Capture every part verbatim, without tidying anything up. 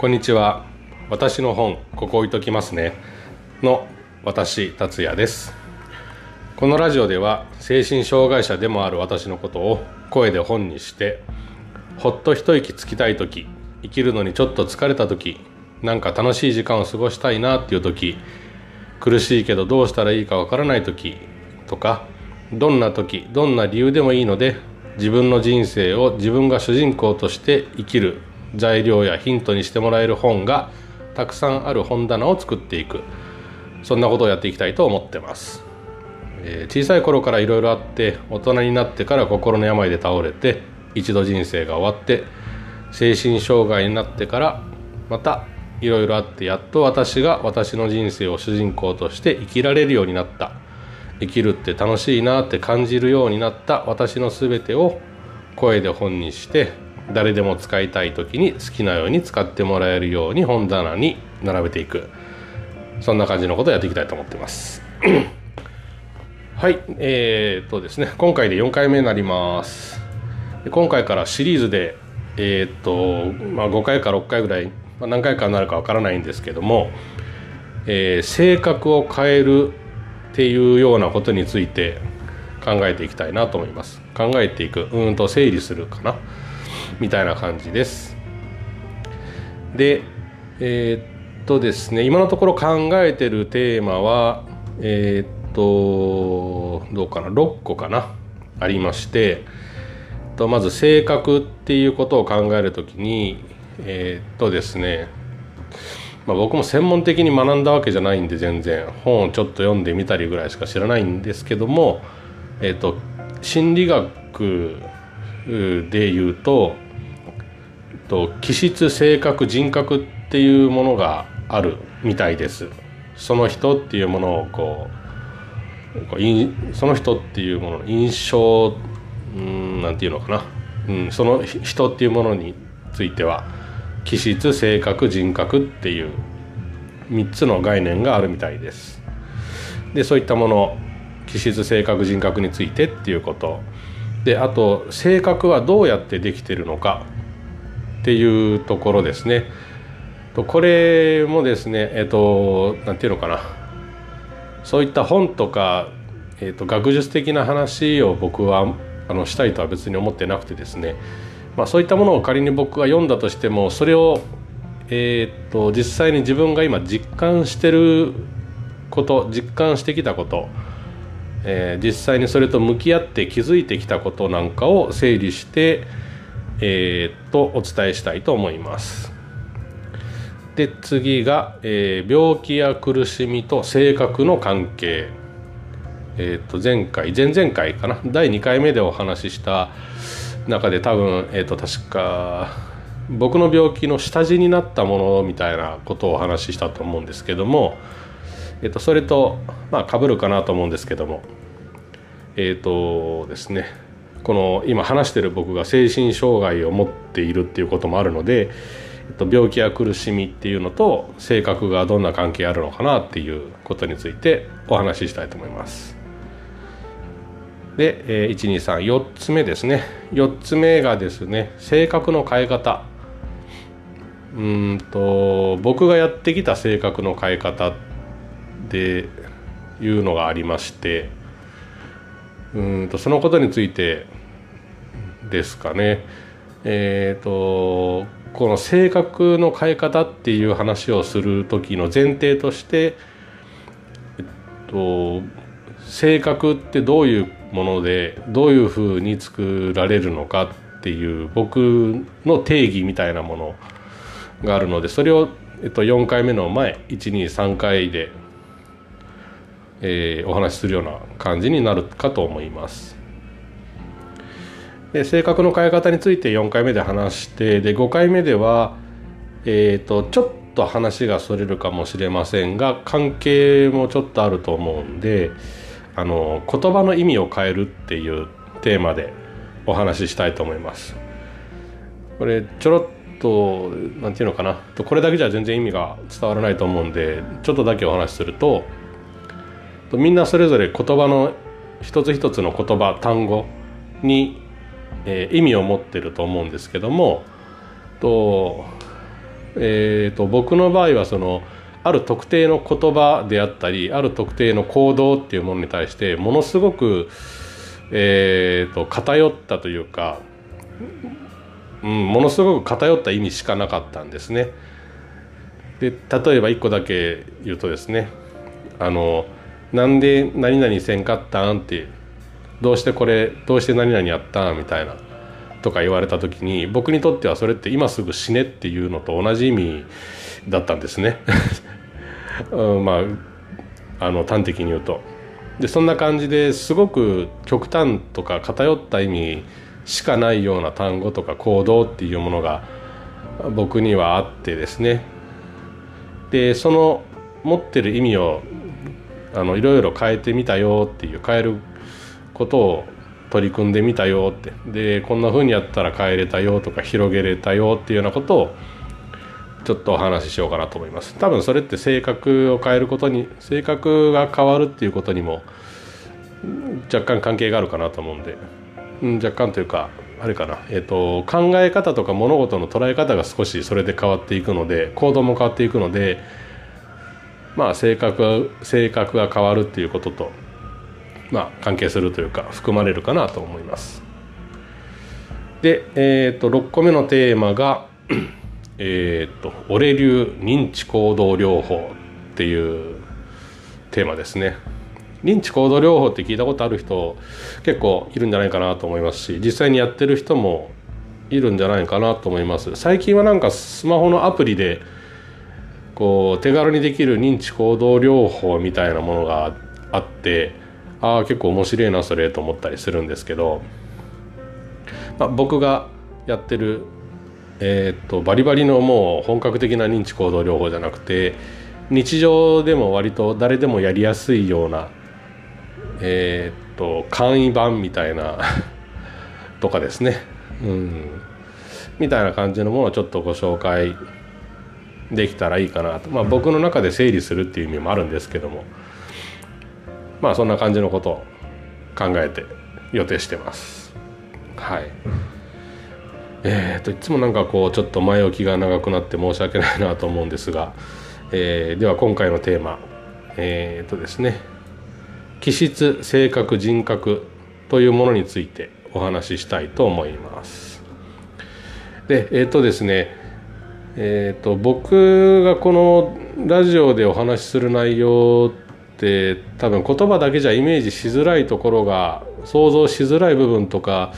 こんにちは。私の本ここ置いときますねの私達也です。このラジオでは精神障害者でもある私のことを声で本にして、ほっと一息つきたい時、生きるのにちょっと疲れた時、なんか楽しい時間を過ごしたいなっていう時、苦しいけどどうしたらいいかわからない時とか、どんな時どんな理由でもいいので、自分の人生を自分が主人公として生きる材料やヒントにしてもらえる本がたくさんある本棚を作っていく、そんなことをやっていきたいと思ってます。えー、小さい頃からいろいろあって、大人になってから心の病で倒れて、一度人生が終わって、精神障害になってからまたいろいろあって、やっと私が私の人生を主人公として生きられるようになった、生きるって楽しいなって感じるようになった私のすべてを声で本にして、誰でも使いたい時に好きなように使ってもらえるように本棚に並べていく、そんな感じのことをやっていきたいと思っていますはい、えー、っとですね今回でよんかいめになります。今回からシリーズでえー、っと、まあ、ごかいかろっかいぐらい、まあ、何回かになるかわからないんですけども、えー、性格を変えるっていうようなことについて考えていきたいなと思います。考えていく、うーんと整理するかなみたいな感じです。で、えー、っとですね今のところ考えてるテーマはえー、っとどうかなろっこかなありまして、とまず性格っていうことを考えるときにえー、っとですねまあ、僕も専門的に学んだわけじゃないんで、全然本をちょっと読んでみたりぐらいしか知らないんですけども、えー、と心理学でいうと、と気質性格人格っていうものがあるみたいです。その人っていうものをこうその人っていうものの印象んなんていうのかな、うん、その人っていうものについては気質性格人格っていうみっつの概念があるみたいです。でそういったもの、気質性格人格についてっていうことで、あと性格はどうやってできているのかっていうところですね。これもですねえっとなんていうのかな、そういった本とか、えっと、学術的な話を僕はあのしたいとは別に思ってなくてですね、まあ、そういったものを仮に僕が読んだとしても、それを、えー、っと実際に自分が今実感してること、実感してきたこと、えー、実際にそれと向き合って気づいてきたことなんかを整理して、えー、っとお伝えしたいと思います。で次が、えー、病気や苦しみと性格の関係。えー、っと前回前々回かなだいにかいめでお話しした中で、多分、えー、と確か僕の病気の下地になったものみたいなことをお話ししたと思うんですけども、えー、とそれとまあ被るかなと思うんですけども、えっ、とですねこの今話してる僕が精神障害を持っているっていうこともあるので、えー、と病気や苦しみっていうのと性格がどんな関係あるのかなっていうことについてお話ししたいと思います。で、いちにさんよっつめですね。よっつめがですね性格の変え方。うんと僕がやってきた性格の変え方でいうのがありまして、うんとそのことについてですかね。えっとこの性格の変え方っていう話をする時の前提として、えっと性格ってどういうものでどういうふうに作られるのかっていう僕の定義みたいなものがあるので、それを、えっと、よんかいめの前いちにさんかいで、えー、お話しするような感じになるかと思います。で性格の変え方についてよんかいめで話して、でごかいめでは、えー、とちょっと話がそれるかもしれませんが関係もちょっとあると思うんで、あの言葉の意味を変えるっていうテーマでお話ししたいと思います。これちょろっとなんていうのかな、これだけじゃ全然意味が伝わらないと思うんで、ちょっとだけお話しすると、みんなそれぞれ言葉の一つ一つの言葉単語に、えー、意味を持ってると思うんですけども、とえー、と僕の場合はそのある特定の言葉であったりある特定の行動っていうものに対してものすごく、えー、と偏ったというか、うん、ものすごく偏った意味しかなかったんですね。で例えば一個だけ言うとですね、あのなんで何々せんかったんってどうしてこれどうして何々やったんみたいなとか言われた時に、僕にとってはそれって今すぐ死ねっていうのと同じ意味だったんですね、うん、まああの端的に言うと。でそんな感じですごく極端とか偏った意味しかないような単語とか行動っていうものが僕にはあってですね、でその持ってる意味をあのいろいろ変えてみたよっていう変えることを取り組んでみたよって、でこんな風にやったら変えれたよとか広げれたよっていうようなことをちょっとお話ししようかなと思います。多分それって性格を変えることに性格が変わるっていうことにも若干関係があるかなと思うんで、うん、若干というかあれかな、えーと、考え方とか物事の捉え方が少しそれで変わっていくので行動も変わっていくので、まあ性格性格が変わるっていうこととまあ関係するというか含まれるかなと思います。で、えーとろっこめのテーマがえーと俺流認知行動療法っていうテーマですね。認知行動療法って聞いたことある人結構いるんじゃないかなと思いますし、実際にやってる人もいるんじゃないかなと思います。最近はなんかスマホのアプリでこう手軽にできる認知行動療法みたいなものがあって、ああ結構面白いなそれと思ったりするんですけど、まあ、僕がやってるえー、っとバリバリのもう本格的な認知行動療法じゃなくて、日常でも割と誰でもやりやすいようなえー、っと簡易版みたいなとかですね、うん、みたいな感じのものをちょっとご紹介できたらいいかなと、まあ、僕の中で整理するっていう意味もあるんですけども、まあそんな感じのことを考えて予定してます。はい。えー、といつもなんかこうちょっと前置きが長くなって申し訳ないなと思うんですが、えー、では今回のテーマえー、とですね気質性格人格というものについてお話ししたいと思います。でえっ、ー、とですねえー、と僕がこのラジオでお話しする内容って多分言葉だけじゃイメージしづらいところが想像しづらい部分とか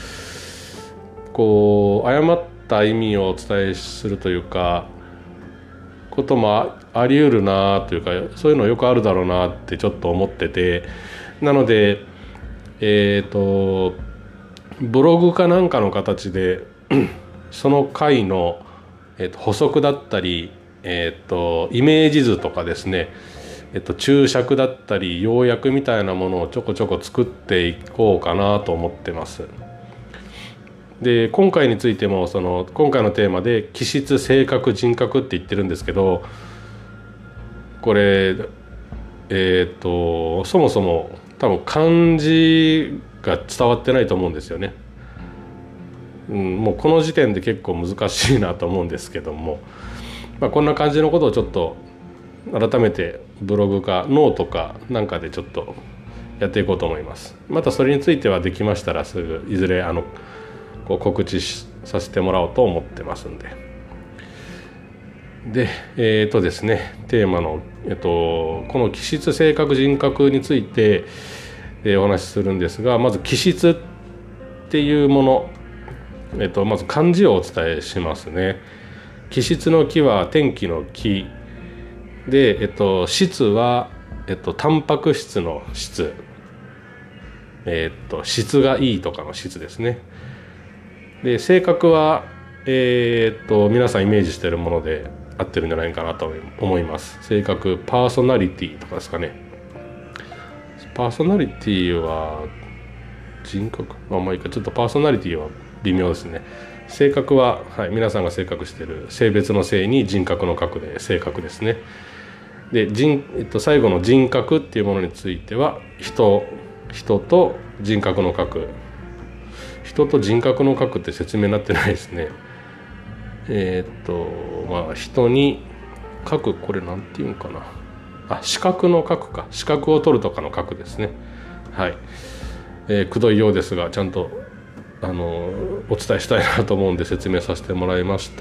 こう誤った意味をお伝えするというかこともあり得るなというか、そういうのよくあるだろうなってちょっと思ってて、なのでえっとブログかなんかの形でその回の、えー、と補足だったり、えー、とイメージ図とかですね、えー、と注釈だったり要約みたいなものをちょこちょこ作っていこうかなと思ってます。で今回についてもその今回のテーマで気質性格人格って言ってるんですけど、これえっとそもそも多分漢字が伝わってないと思うんですよね、うん、もうこの時点で結構難しいなと思うんですけども、まあ、こんな感じのことをちょっと改めてブログかノートかなんかでちょっとやっていこうと思います。またそれについてはできましたらすぐいずれあのこう告知させてもらおうと思ってますんで。でえっ、ー、とですねテーマの、えっと、この気質性格人格について、えー、お話しするんですが、まず気質っていうもの、えっと、まず漢字をお伝えしますね。気質の気は天気の気で、えっと、質は、えっと、タンパク質の質、えっと、質がいいとかの質ですね。で性格は、えー、っと皆さんイメージしているもので合ってるんじゃないかなと思います。性格パーソナリティとかですかね。パーソナリティは人格まあまあいいか、ちょっとパーソナリティは微妙ですね。性格は、はい、皆さんが性格している性別の性に人格の格で性格ですね。で人、えっと、最後の人格っていうものについては人人と人格の格、人と人格の格って説明になってないですね。 えー、っとまあ人に書く、これなんていうんかな、あ、資格の書くか、資格を取るとかの書くですね。はい、えー、くどいようですがちゃんとあのお伝えしたいなと思うんで説明させてもらいました。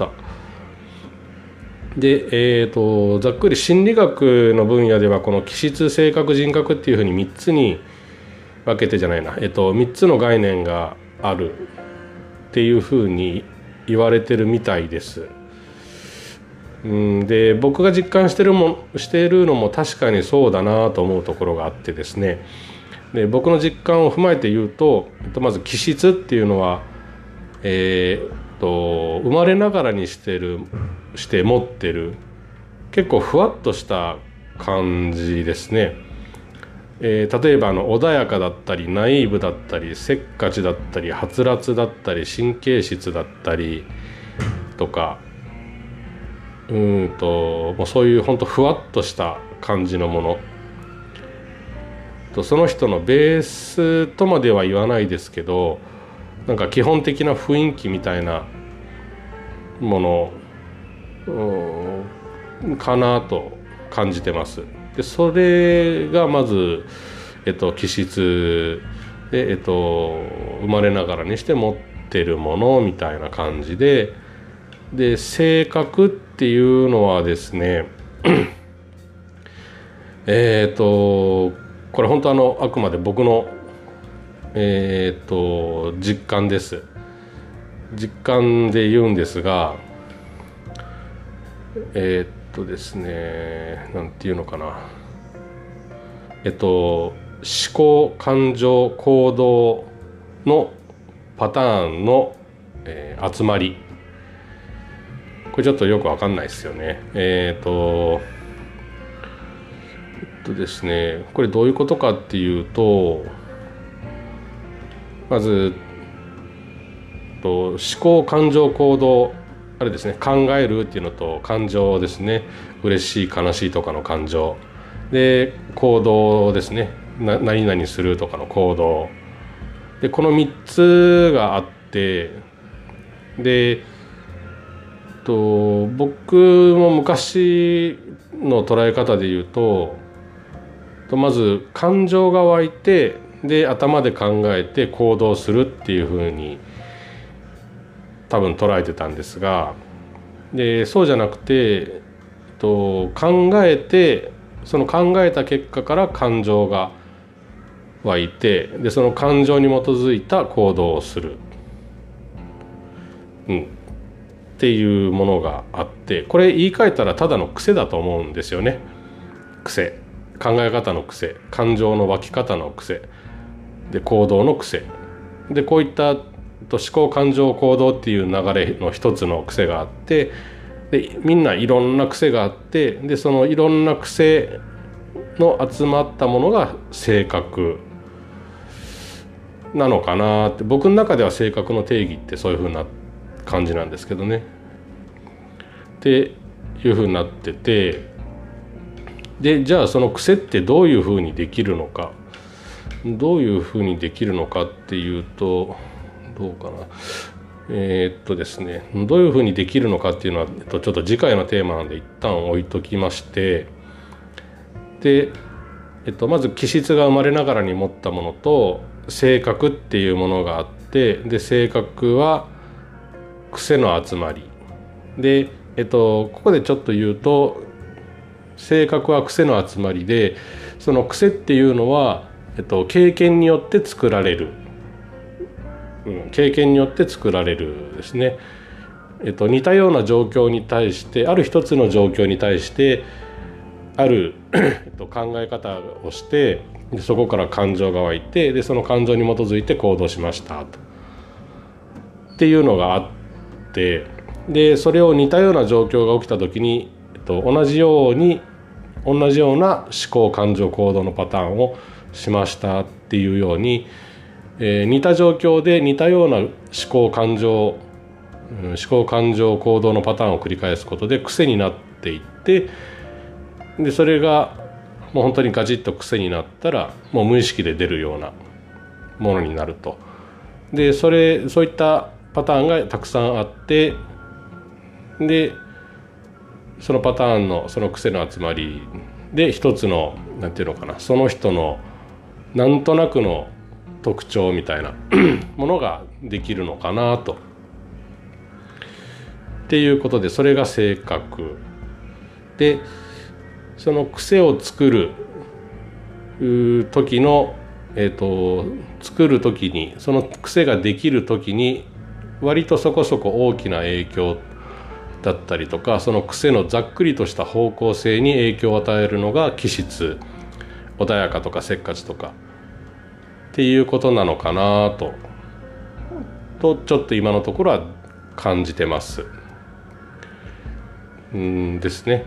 で、えー、とざっくり心理学の分野ではこの気質、性格、人格っていうふうにみっつに分けてじゃないな、えー、とみっつの概念があるっていうふうに言われてるみたいです。うんで僕が実感してるもしているのも確かにそうだなと思うところがあってですね。で僕の実感を踏まえて言うと、まず気質っていうのは、えー、と生まれながらにしてるして持ってる結構ふわっとした感じですね。えー、例えばあの穏やかだったりナイーブだったりせっかちだったりはつらつだったり神経質だったりとか、うんともうそういう本当ふわっとした感じのものと、その人のベースとまでは言わないですけど、なんか基本的な雰囲気みたいなものかなと感じてます。でそれがまず、えっと、気質で、えっと、生まれながらにして持ってるものみたいな感じで、で性格っていうのはですねえっとこれ本当あのあくまで僕のえっと実感です。実感で言うんですが、えっとですねなんていうのかな、えっと思考、感情、行動のパターンの、えー、集まり、これちょっとよくわかんないですよね。えっとえっとですねこれどういうことかっていうと、まずと思考、感情、行動、あれですね、考えるっていうのと感情ですね、嬉しい悲しいとかの感情で、行動ですね、な何々するとかの行動で、このみっつがあって、でと僕も昔の捉え方で言うと、とまず感情が湧いて、で頭で考えて行動するっていう風に多分捉えてたんですが、でそうじゃなくて、えっと、考えて、その考えた結果から感情が湧いて、でその感情に基づいた行動をする、うん、っていうものがあって、これ言い換えたらただの癖だと思うんですよね。癖、考え方の癖、感情の湧き方の癖で、行動の癖で、こういった思考、感情、行動っていう流れの一つの癖があって、でみんないろんな癖があって、でそのいろんな癖の集まったものが性格なのかなって、僕の中では性格の定義ってそういう風な感じなんですけどね。っていう風になってて、でじゃあその癖ってどういう風にできるのか、どういう風にできるのかっていうと、どうかな、えー、っとですねどういうふうにできるのかっていうのは、えっと、ちょっと次回のテーマなんで一旦置いときまして、で、えっと、まず気質が生まれながらに持ったものと性格っていうものがあって、で性格は癖の集まりで、えっと、ここでちょっと言うと、性格は癖の集まりで、その癖っていうのは、えっと、経験によって作られる、うん、経験によって作られるですね。えっと、似たような状況に対して、ある一つの状況に対してあるえっと、考え方をして、でそこから感情が湧いて、でその感情に基づいて行動しましたとっていうのがあって、でそれを似たような状況が起きた時に、えっと、同じように同じような思考、感情、行動のパターンをしましたっていうように、えー、似た状況で似たような思考、感情、うん、思考、感情、行動のパターンを繰り返すことで癖になっていって、でそれがもう本当にガチッと癖になったら、もう無意識で出るようなものになると。でそれそういったパターンがたくさんあって、 でそのパターンのその癖の集まりで一つのなんていうのかな、その人のなんとなくの特徴みたいなものができるのかなと。っていうことで、それが性格で、その癖を作る時の、えーと、作る時にその癖ができる時に割とそこそこ大きな影響だったりとか、その癖のざっくりとした方向性に影響を与えるのが気質、穏やかとかせっかちとかっていうことなのかなととちょっと今のところは感じてますうんですね。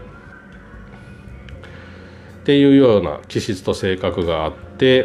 っていうような気質と性格があって、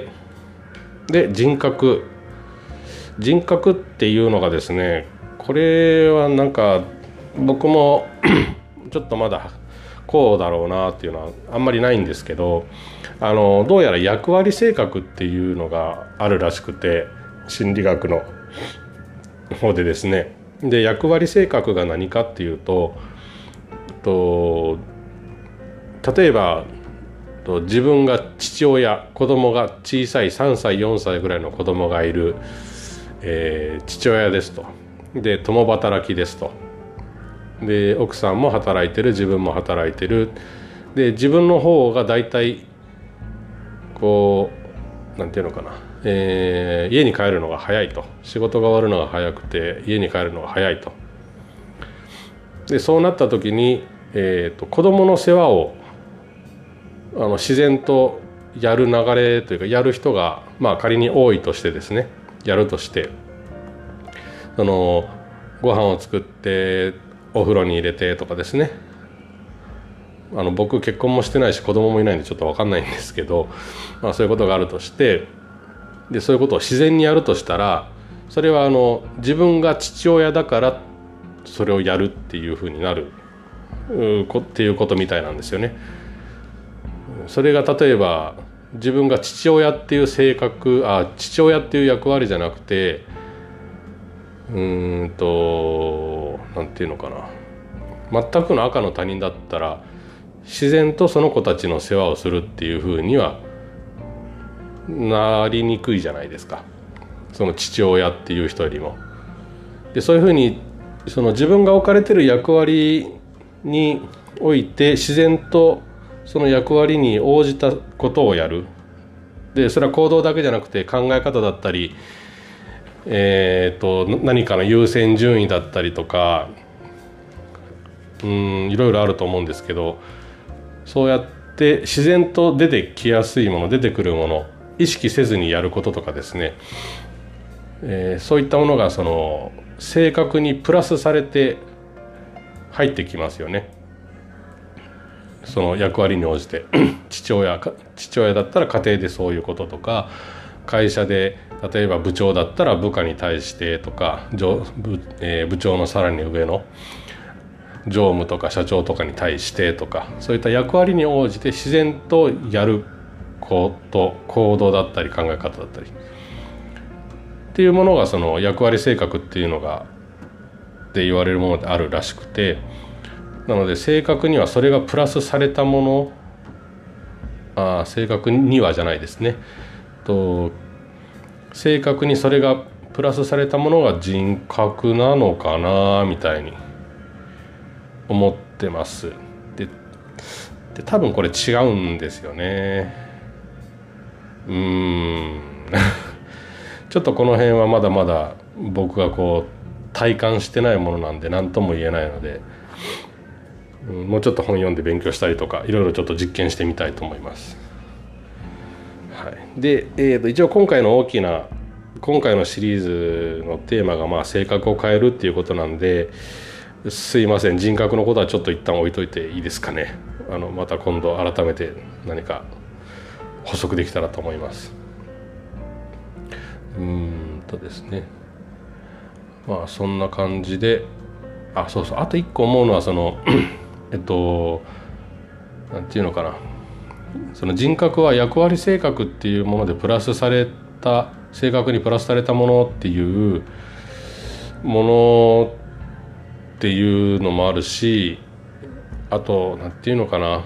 で人格人格っていうのがですね、これはなんか僕もちょっとまだこうだろうなっていうのはあんまりないんですけど、あのどうやら役割性格っていうのがあるらしくて、心理学の方でですね。で役割性格が何かっていうと、と例えばと自分が父親、子供が小さいさんさいよんさいぐらいの子供がいる、えー、父親ですと。で共働きですと。で奥さんも働いてる、自分も働いてる。で自分の方がだいたいこうなんていうのかな、えー、家に帰るのが早いと。仕事が終わるのが早くて家に帰るのが早いと。でそうなった時に、えーと、子供の世話をあの自然とやる流れというか、やる人がまあ仮に多いとしてですね、やるとして、そのご飯を作ってお風呂に入れてとかですね、あの僕結婚もしてないし子供もいないんでちょっと分かんないんですけど、まあ、そういうことがあるとして、でそういうことを自然にやるとしたら、それはあの自分が父親だからそれをやるっていうふうになるっていうことみたいなんですよね。それが例えば自分が父親っていう性格、あ父親っていう役割じゃなくて、うーんとなんていうのかな、全くの赤の他人だったら自然とその子たちの世話をするっていうふうにはなりにくいじゃないですか、その父親っていう人よりも。でそういうふうにその自分が置かれてる役割において自然とその役割に応じたことをやる。でそれは行動だけじゃなくて考え方だったり、えー、と何かの優先順位だったりとか、うんいろいろあると思うんですけど、そうやって自然と出てきやすいもの、出てくるもの、意識せずにやることとかですね、えー、そういったものがその性格にプラスされて入ってきますよね。その役割に応じて父親父親だったら家庭でそういうこととか、会社で例えば部長だったら部下に対してとか、部、えー、部長のさらに上の常務とか社長とかに対してとか、そういった役割に応じて自然とやること、行動だったり考え方だったりっていうものが、その役割性格っていうのがって言われるものであるらしくて、なので性格にはそれがプラスされたもの、あ性格にはじゃないですねと、性格にそれがプラスされたものが人格なのかなみたいに思ってます。で、で多分これ違うんですよね。うーんちょっとこの辺はまだまだ僕がこう体感してないものなんで何とも言えないので、うん、もうちょっと本読んで勉強したりとかいろいろちょっと実験してみたいと思います。はい、で、えーと、一応今回の大きな今回のシリーズのテーマがまあ性格を変えるっていうことなんで、すいません、人格のことはちょっと一旦置いといていいですかね。あのまた今度改めて何か補足できたらと思います。うーんとですねまあそんな感じで、あそうそうあと一個思うのは、そのえっとなんていうのかな、その人格は役割性格っていうものでプラスされた、性格にプラスされたものっていうものっていうのもあるし、あとなんていうのかな、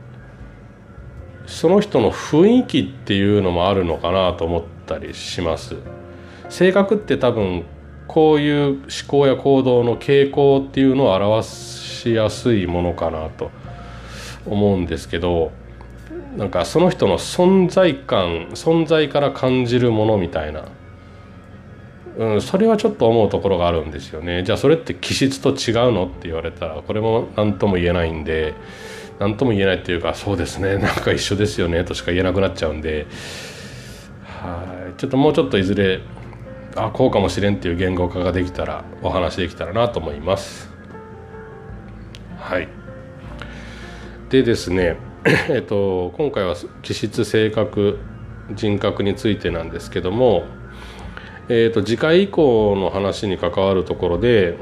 その人の雰囲気っていうのもあるのかなと思ったりします。性格って多分こういう思考や行動の傾向っていうのを表しやすいものかなと思うんですけど、なんかその人の存在感存在から感じるものみたいな、うん、それはちょっと思うところがあるんですよね。じゃあそれって気質と違うのって言われたら、これも何とも言えないんで、何とも言えないっていうか、そうですね、なんか一緒ですよねとしか言えなくなっちゃうんで、はい、ちょっともうちょっといずれあこうかもしれんっていう言語化ができたらお話できたらなと思います。はい。でですねえっと今回は気質、性格、人格についてなんですけども、えっと次回以降の話に関わるところで、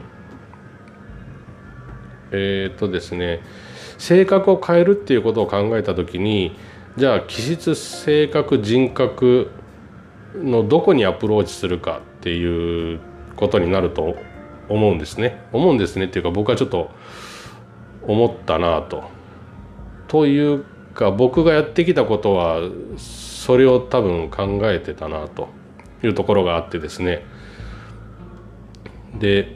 えっとですね性格を変えるっていうことを考えたときに、じゃあ気質、性格、人格のどこにアプローチするかっていうことになると思うんですね。思うんですねっていうか、僕はちょっと思ったなと。というか、僕がやってきたことはそれを多分考えてたなというところがあってですね。で、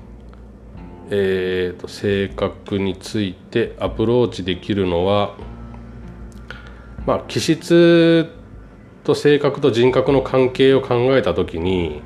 えーと、性格についてアプローチできるのは、まあ気質と性格と人格の関係を考えたときに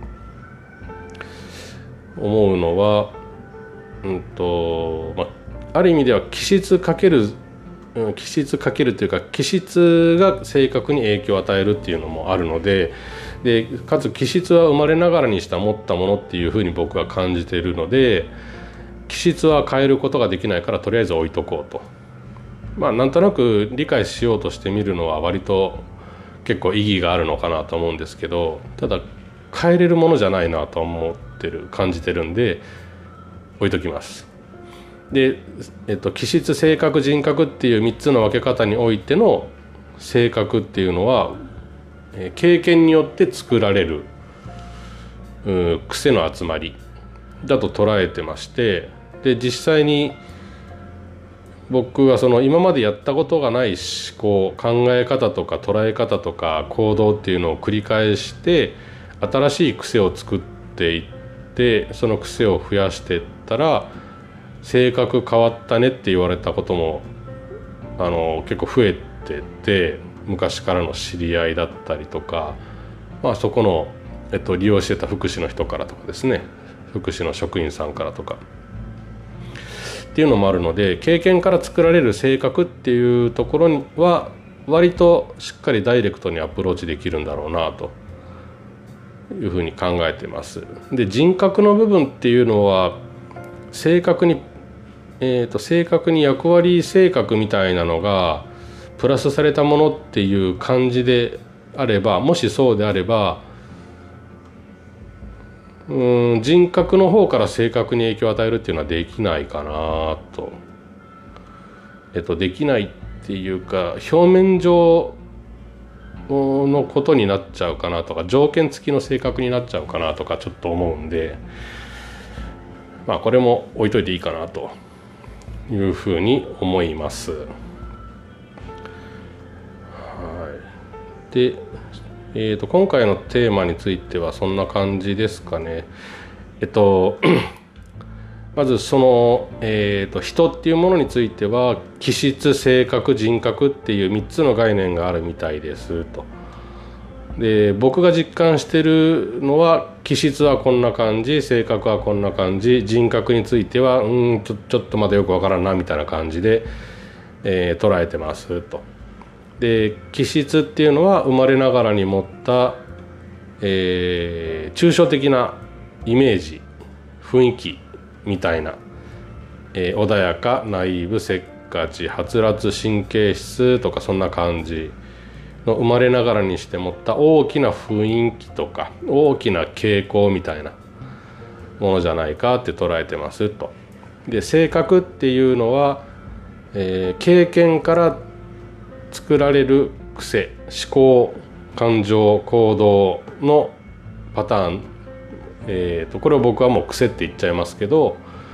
思うのは、うんとまあ、ある意味では気質かける気質かけるというか、気質が性格に影響を与えるっていうのもあるので、でかつ気質は生まれながらにした持ったものっていうふうに僕は感じているので、気質は変えることができないからとりあえず置いとこうと、まあなんとなく理解しようとしてみるのは割と結構意義があるのかなと思うんですけど、ただ変えれるものじゃないなと思ってる感じてるんで置いときます。で、えっと、気質、性格、人格っていうみっつの分け方においての性格っていうのは、えー、経験によって作られるう癖の集まりだと捉えてまして、で実際に僕はその今までやったことがない思考、考え方とか捉え方とか行動っていうのを繰り返して新しい癖を作っていって、その癖を増やしていったら性格変わったねって言われたこともあの結構増えてて、昔からの知り合いだったりとか、まあ、そこの、えっと、利用してた福祉の人からとかですね、福祉の職員さんからとかっていうのもあるので、経験から作られる性格っていうところには割としっかりダイレクトにアプローチできるんだろうなというふうに考えてます。で、人格の部分っていうのは性格に、えーと、性格に役割性格みたいなのがプラスされたものっていう感じであれば、もしそうであれば、うん人格の方から性格に影響を与えるっていうのはできないかなと、えっとできないっていうか、表面上のことになっちゃうかなとか、条件付きの性格になっちゃうかなとかちょっと思うんで、まあこれも置いといていいかなというふうに思います。はい。でえー、と今回のテーマについてはそんな感じですかね。えっとまずその、えー、と人っていうものについては気質、性格、人格っていうみっつの概念があるみたいですと。で、僕が実感してるのは気質はこんな感じ、性格はこんな感じ、人格についてはうんちょ、ちょっとまだよくわからんなみたいな感じで、えー、捉えてますと。で、気質っていうのは生まれながらに持った、えー、抽象的なイメージ、雰囲気みたいな、えー、穏やか、ナイーブ、せっかち、はつらつ、神経質とかそんな感じの生まれながらにして持った大きな雰囲気とか大きな傾向みたいなものじゃないかって捉えてますと。で、性格っていうのは、えー、経験から作られる癖、思考、感情、行動のパターン、えーと、これを僕はもう癖って言っちゃいますけど、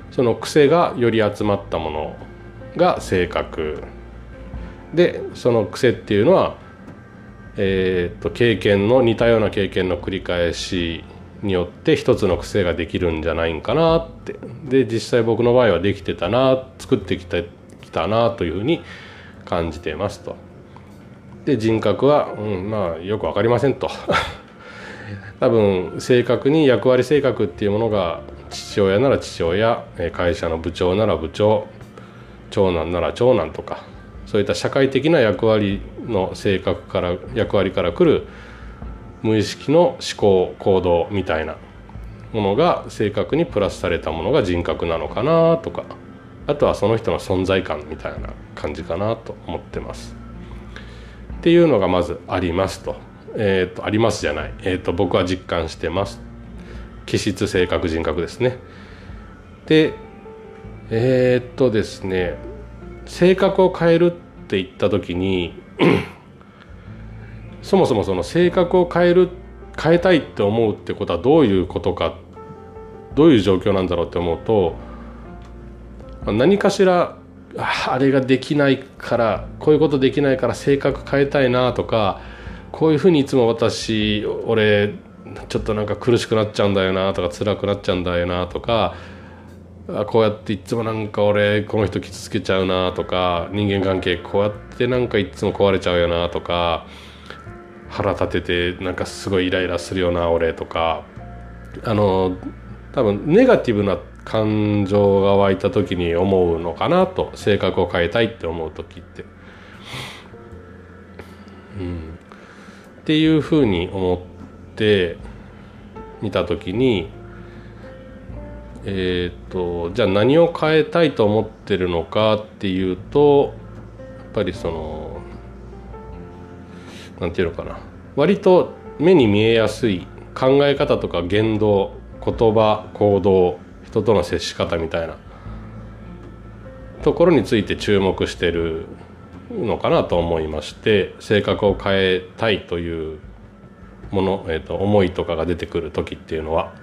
その癖がより集まったものが性格で、その癖っていうのは、えー、と経験の似たような経験の繰り返しによって一つの癖ができるんじゃないんかなって。で実際僕の場合はできてたな、作ってきたきたなというふうに感じていますと。で人格は、うん、まあよく分かりませんと多分性格に役割性格っていうものが、父親なら父親、会社の部長なら部長、長男なら長男とか、そういった社会的な役割の性格から役割から来る無意識の思考行動みたいなものが性格にプラスされたものが人格なのかなとか、あとはその人の存在感みたいな感じかなと思ってます。っていうのがまずありますと。えー、とありますじゃない、えー、と僕は実感してます。気質性格人格ですね。でえー、っとですね性格を変えるって言った時にそもそもその性格を変える変えたいって思うってことはどういうことか、どういう状況なんだろうって思うと、何かしら あ, あれができないから、こういうことできないから性格変えたいなとか、こういうふうにいつも私俺ちょっとなんか苦しくなっちゃうんだよなとか、辛くなっちゃうんだよなとか、こうやっていつもなんか俺この人傷つけちゃうなとか、人間関係こうやってなんかいつも壊れちゃうよなとか、腹立ててなんかすごいイライラするよな俺とか、あの多分ネガティブな感情が湧いた時に思うのかなと、性格を変えたいって思う時って、うん、っていうふうに思って見た時に、えー、とじゃあ何を変えたいと思ってるのかっていうと、やっぱりそのなんていうのかな、割と目に見えやすい考え方とか言動、言葉、行動、人との接し方みたいなところについて注目してるのかなと思いまして、性格を変えたいというもの、えー、と思いとかが出てくる時っていうのは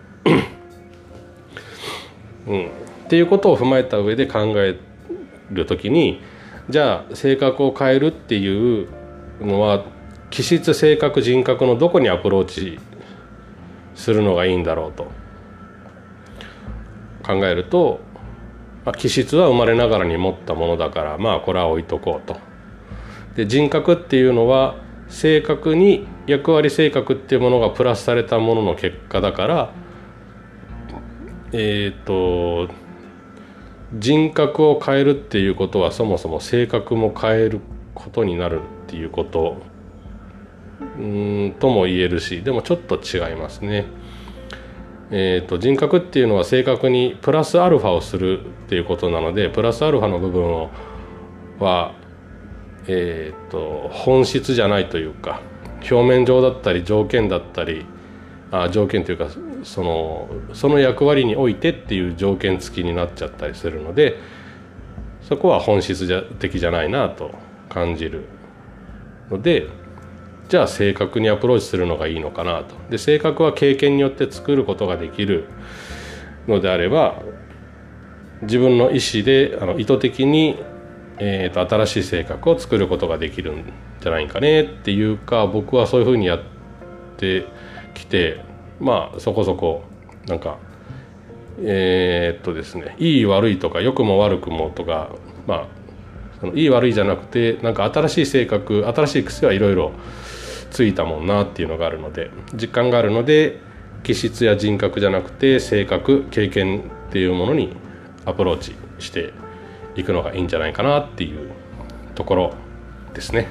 うん、っていうことを踏まえた上で考えるときに、じゃあ性格を変えるっていうのは気質性格人格のどこにアプローチするのがいいんだろうと考えると、まあ、気質は生まれながらに持ったものだから、まあこれは置いとこうと。で人格っていうのは性格に役割性格っていうものがプラスされたものの結果だから、えっと人格を変えるっていうことはそもそも性格も変えることになるっていうことうーんとも言えるし、でもちょっと違いますね。えーと人格っていうのは性格にプラスアルファをするっていうことなので、プラスアルファの部分をは、えーと本質じゃないというか、表面上だったり条件だったり、あ条件というかそのその役割においてっていう条件付きになっちゃったりするので、そこは本質的じゃないなと感じるので、じゃあ性格にアプローチするのがいいのかなと。で性格は経験によって作ることができるのであれば、自分の意思であの意図的に、えー、と新しい性格を作ることができるんじゃないかねっていうか、僕はそういうふうにやってきて、まあそこそこなんかえー、っとですねいい悪いとか良くも悪くもとか、まあそのいい悪いじゃなくて、なんか新しい性格、新しい癖はいろいろついたもんなっていうのがあるので、実感があるので、気質や人格じゃなくて性格、経験っていうものにアプローチしていくのがいいんじゃないかなっていうところですね。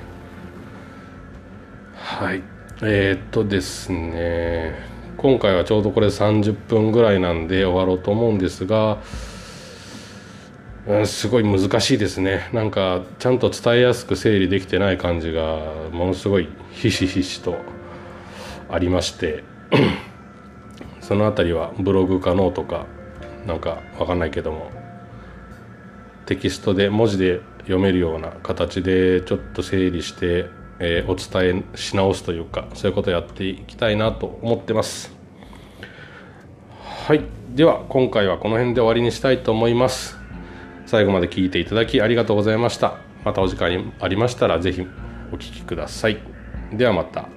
はい、えー、っとですね今回はちょうどこれさんじゅっぷんぐらいなんで終わろうと思うんですが、うん、すごい難しいですね。なんかちゃんと伝えやすく整理できてない感じがものすごいひしひしとありましてそのあたりはブログかノートかなんかわかんないけども、テキストで文字で読めるような形でちょっと整理して、えー、お伝えし直すというか、そういうことをやっていきたいなと思ってます。はい、 では今回はこの辺で終わりにしたいと思います。最後まで聞いていただきありがとうございました。またお時間ありましたらぜひお聞きください。ではまた。